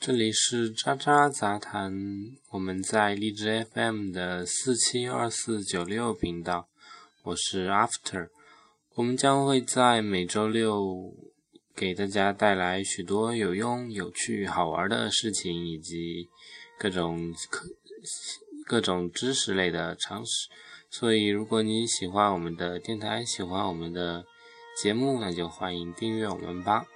这里是渣渣杂谈，我们在荔枝 FM 的472496频道，我是 After， 我们将会在每周六给大家带来许多有用、有趣、好玩的事情，以及各种知识类的常识。所以如果你喜欢我们的电台，喜欢我们的节目，那就欢迎订阅我们吧。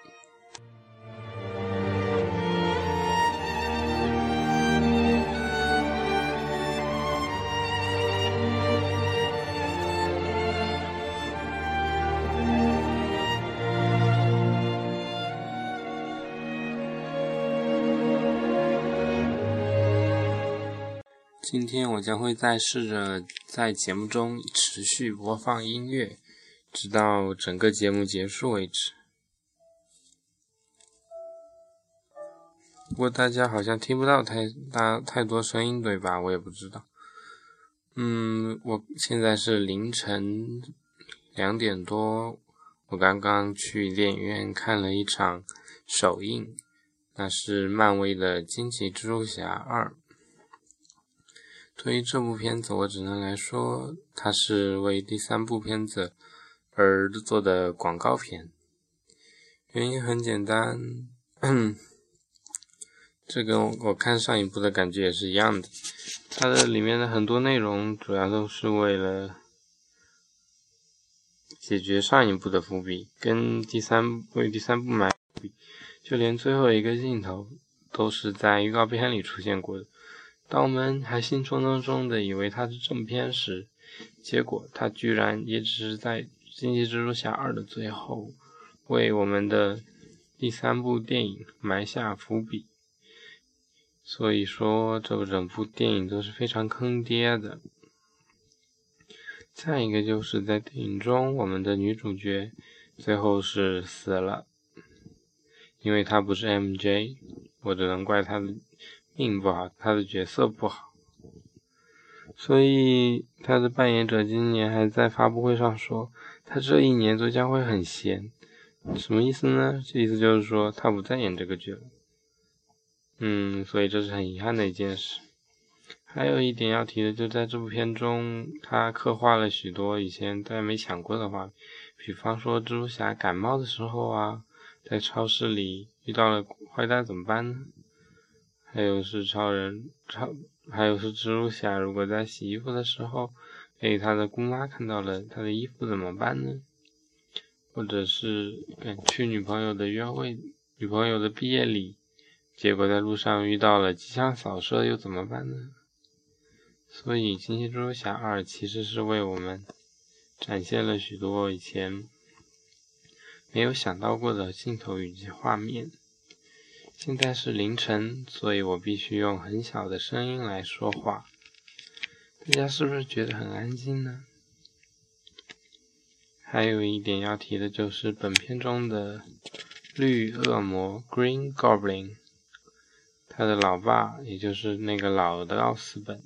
今天我将会试着在节目中持续播放音乐，直到整个节目结束为止。不过大家好像听不到太多声音，对吧？我也不知道。我现在是凌晨2点多，我刚刚去电影院看了一场首映，那是漫威的惊奇蜘蛛侠2。对于这部片子，我只能来说，它是为第3部片子而做的广告片。原因很简单，这跟我看上一部的感觉也是一样的。它的里面的很多内容主要都是为了解决上一部的伏笔，跟为第三部埋伏笔，就连最后一个镜头都是在预告片里出现过的。当我们还兴冲冲冲的以为它是正片时，结果它居然也只是在惊奇蜘蛛侠2的最后为我们的第3部电影埋下伏笔。所以说这整部电影都是非常坑爹的。再一个就是在电影中，我们的女主角最后是死了，因为她不是 MJ， 我只能怪她的命不好，她的角色不好。所以她的扮演者今年还在发布会上说，她这一年都将会很闲。什么意思呢？这意思就是说她不再演这个角了。所以这是很遗憾的一件事。还有一点要提的，就在这部片中，他刻画了许多以前大家没想过的话，比方说蜘蛛侠感冒的时候啊，在超市里遇到了坏蛋怎么办呢？还有是蜘蛛侠如果在洗衣服的时候被他的姑妈看到了他的衣服怎么办呢？或者是去女朋友的约会、女朋友的毕业礼，结果在路上遇到了机枪扫射又怎么办呢？所以惊奇蜘蛛侠2其实是为我们展现了许多以前没有想到过的镜头以及画面。现在是凌晨，所以我必须用很小的声音来说话。大家是不是觉得很安静呢？还有一点要提的就是本片中的绿恶魔 Green Goblin， 他的老爸也就是那个老的奥斯本。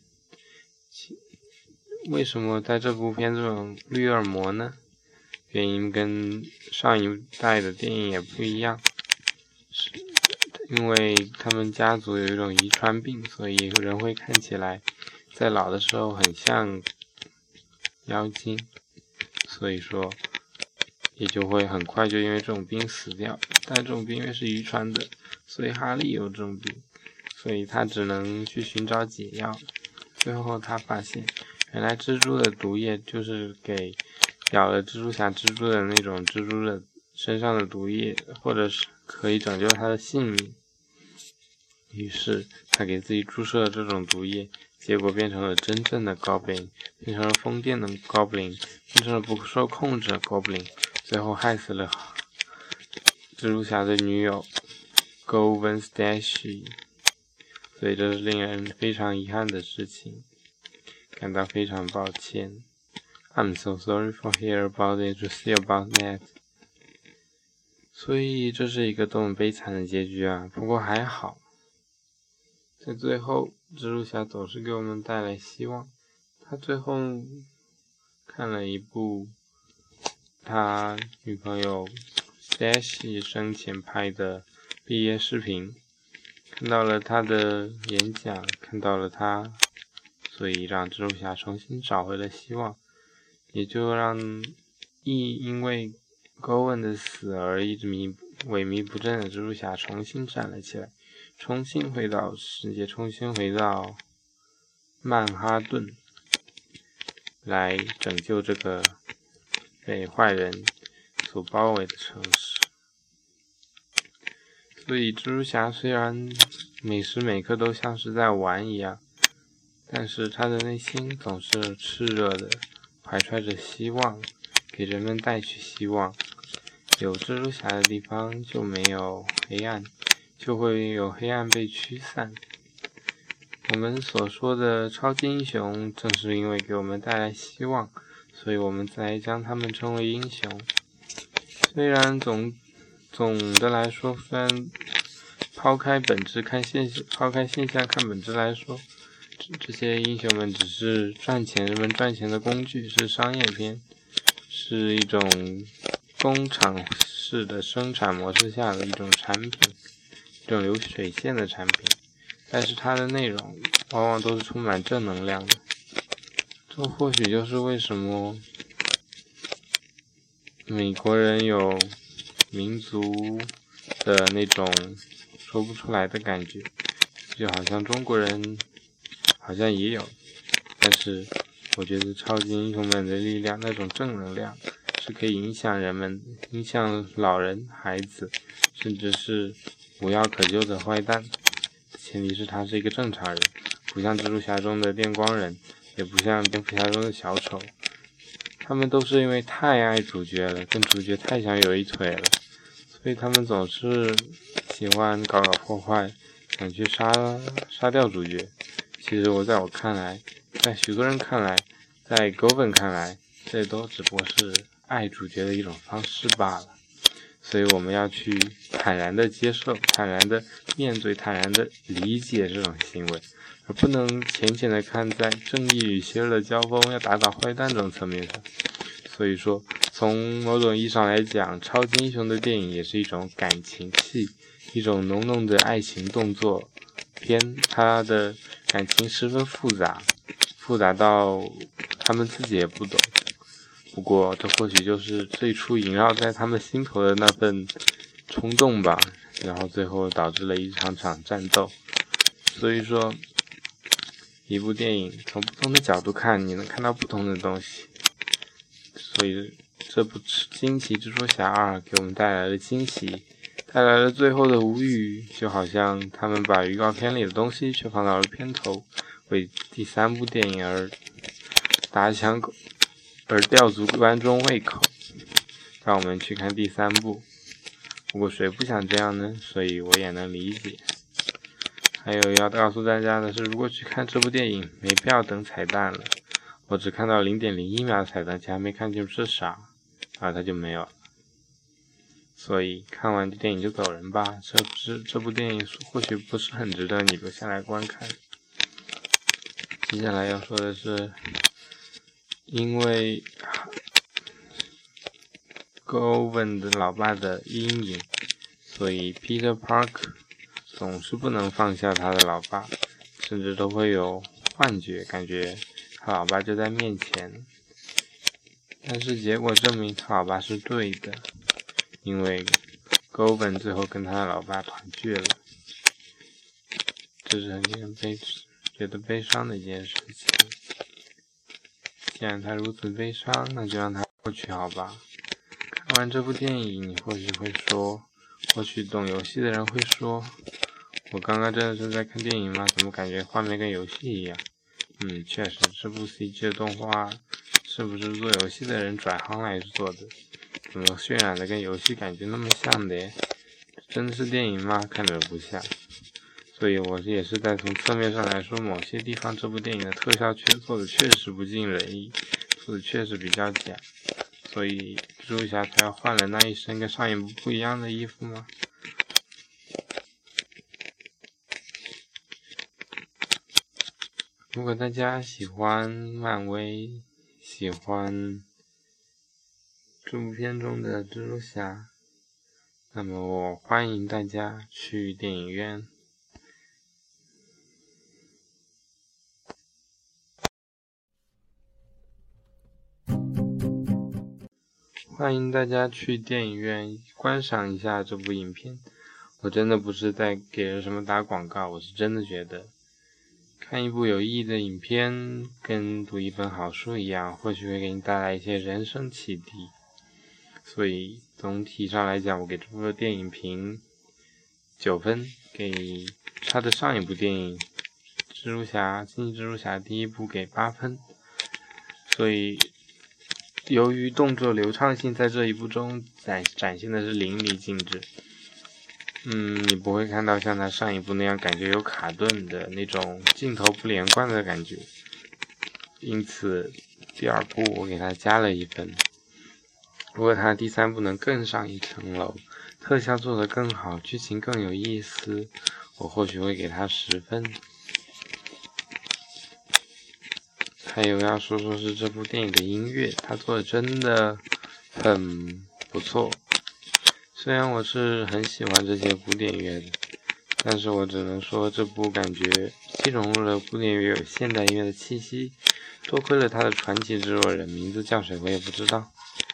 为什么在这部片中绿恶魔呢？原因跟上一代的电影也不一样，是因为他们家族有一种遗传病，所以人会看起来在老的时候很像妖精，所以说也就会很快就因为这种病死掉。但这种病因为是遗传的，所以哈利有这种病，所以他只能去寻找解药。最后他发现原来蜘蛛的毒液就是给咬了蜘蛛侠蜘蛛的那种蜘蛛的身上的毒液，或者是可以拯救他的性命。于是他给自己注射了这种毒液，结果变成了真正的 Goblin， 变成了疯癫的 Goblin， 变成了不受控制的 Goblin， 最后害死了蜘蛛侠的女友 Gwen Stacy。 所以这是令人非常遗憾的事情，感到非常抱歉。 I'm so sorry for hear about it, to see about that。 所以这是一个多么悲惨的结局啊！不过还好，在最后蜘蛛侠总是给我们带来希望。他最后看了一部他女朋友 Daisy 生前拍的毕业视频， 看到了他的演讲，看到了他，所以让蜘蛛侠重新找回了希望，也就让因为高文的死而一直萎靡不振的蜘蛛侠重新站了起来，重新回到世界，重新回到曼哈顿，来拯救这个被坏人所包围的城市。所以蜘蛛侠虽然每时每刻都像是在玩一样，但是他的内心总是炽热的，怀揣着希望，给人们带去希望。有蜘蛛侠的地方就没有黑暗，就会有黑暗被驱散。我们所说的超级英雄，正是因为给我们带来希望，所以我们才将他们称为英雄。虽然总的来说，虽然抛开现象看本质来说，这些英雄们只是人们赚钱的工具，是商业片，是一种工厂式的生产模式下的一种产品，一种流水线的产品。但是它的内容往往都是充满正能量的，这或许就是为什么美国人有民族的那种说不出来的感觉，就好像中国人好像也有，但是我觉得超级英雄们的力量，那种正能量是可以影响人们，影响老人、孩子，甚至是无药可救的坏蛋，前提是他是一个正常人，不像蜘蛛侠中的电光人，也不像蝙蝠侠中的小丑。他们都是因为太爱主角了，跟主角太想有一腿了，所以他们总是喜欢搞破坏，想去杀掉主角。其实在我看来，在许多人看来，在Govan看来，这都只不过是爱主角的一种方式罢了。所以我们要去坦然的接受，坦然的面对，坦然的理解这种行为，而不能浅浅的看在正义与邪恶的交锋，要打倒坏蛋这种层面上。所以说，从某种意义上来讲，超级英雄的电影也是一种感情戏，一种浓浓的爱情动作片，它的感情十分复杂到他们自己也不懂。不过这或许就是最初萦绕在他们心头的那份冲动吧，然后最后导致了一场战斗。所以说，一部电影从不同的角度看，你能看到不同的东西。所以这部惊奇蜘蛛侠2给我们带来了惊喜，带来了最后的无语，就好像他们把预告片里的东西却放到了片头，为第3部电影而吊足观众胃口，让我们去看第3部。不过谁不想这样呢？所以我也能理解。还有要告诉大家的是，如果去看这部电影，没必要等彩蛋了。我只看到 0.01 秒的彩蛋，还没看清楚是啥，它就没有了。所以看完这电影就走人吧。这部电影或许不是很值得你留下来观看。接下来要说的是，因为Govan的老爸的阴影，所以 Peter Parker 总是不能放下他的老爸，甚至都会有幻觉，感觉他老爸就在面前。但是结果证明他老爸是对的，因为 Govan 最后跟他的老爸团聚了，这是很令人觉得悲伤的一件事情。既然他如此悲伤，那就让他过去好吧。看完这部电影，你或许会说，或许懂游戏的人会说，我刚刚真的是在看电影吗？怎么感觉画面跟游戏一样？确实，这部 CG 的动画是不是做游戏的人转行来做的？怎么渲染的跟游戏感觉那么像的耶？真的是电影吗？看着不像。所以我也是在从侧面上来说，某些地方这部电影的特效做的确实不尽人意，做的确实比较假，所以蜘蛛侠才换了那一身跟上一部不一样的衣服吗？如果大家喜欢漫威，喜欢这部片中的蜘蛛侠，那么我欢迎大家去电影院欢迎大家去电影院观赏一下这部影片。我真的不是在给人什么打广告，我是真的觉得看一部有意义的影片跟读一本好书一样，或许会给你带来一些人生启迪。所以总体上来讲，我给这部电影评9分，给他的上一部电影惊奇蜘蛛侠第一部给8分。所以由于动作流畅性在这一部中展现的是淋漓尽致，你不会看到像他上一部那样感觉有卡顿的那种镜头不连贯的感觉，因此第2部我给他加了1分。如果他第3部能更上一层楼，特效做得更好，剧情更有意思，我或许会给他10分。还有要说是这部电影的音乐，他做的真的很不错。虽然我是很喜欢这些古典乐的，但是我只能说这部感觉既融入了古典乐有现代音乐的气息，多亏了他的传奇制作人，名字叫谁我也不知道。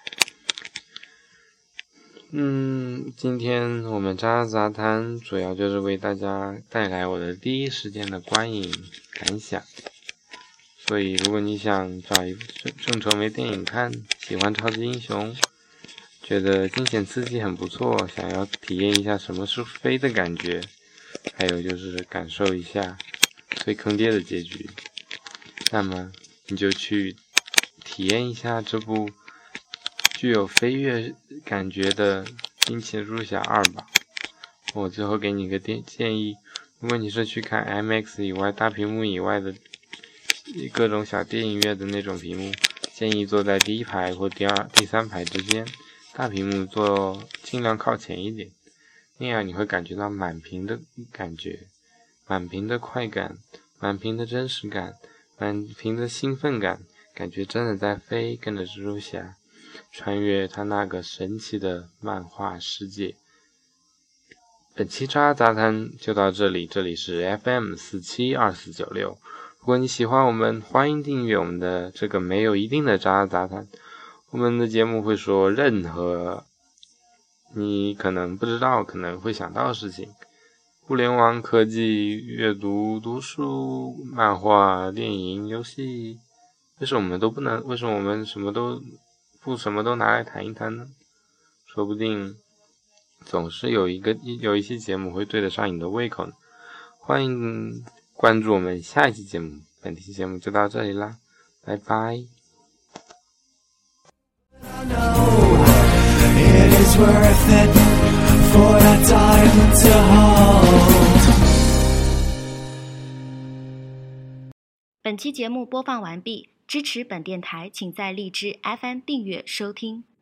今天我们渣杂谈主要就是为大家带来我的第一时间的观影感想。所以如果你想找一部正传媒电影看，喜欢超级英雄，觉得惊险刺激很不错，想要体验一下什么是飞的感觉，还有就是感受一下最坑爹的结局，那么你就去体验一下这部具有飞跃感觉的惊奇蜘蛛侠2吧。我最后给你一个建议，如果你是去看 IMAX 以外大屏幕以外的各种小电影院的那种屏幕，建议坐在第1排或第3排之间，大屏幕坐尽量靠前一点，那样你会感觉到满屏的感觉，满屏的快感，满屏的真实感，满屏的兴奋感，感觉真的在飞，跟着蜘蛛侠穿越他那个神奇的漫画世界。本期渣杂谈就到这里，这里是 FM472496。如果你喜欢我们，欢迎订阅我们的这个没有一定的渣杂谈。我们的节目会说任何你可能不知道可能会想到的事情，互联网、科技、阅读、读书、漫画、电影、游戏，为什么我们什么都拿来谈一谈呢？说不定总是有一期节目会对得上你的胃口呢。欢迎关注我们下一期节目，本期节目就到这里啦，拜拜。 本期节目播放完毕，支持本电台请在荔枝 FM 订阅收听。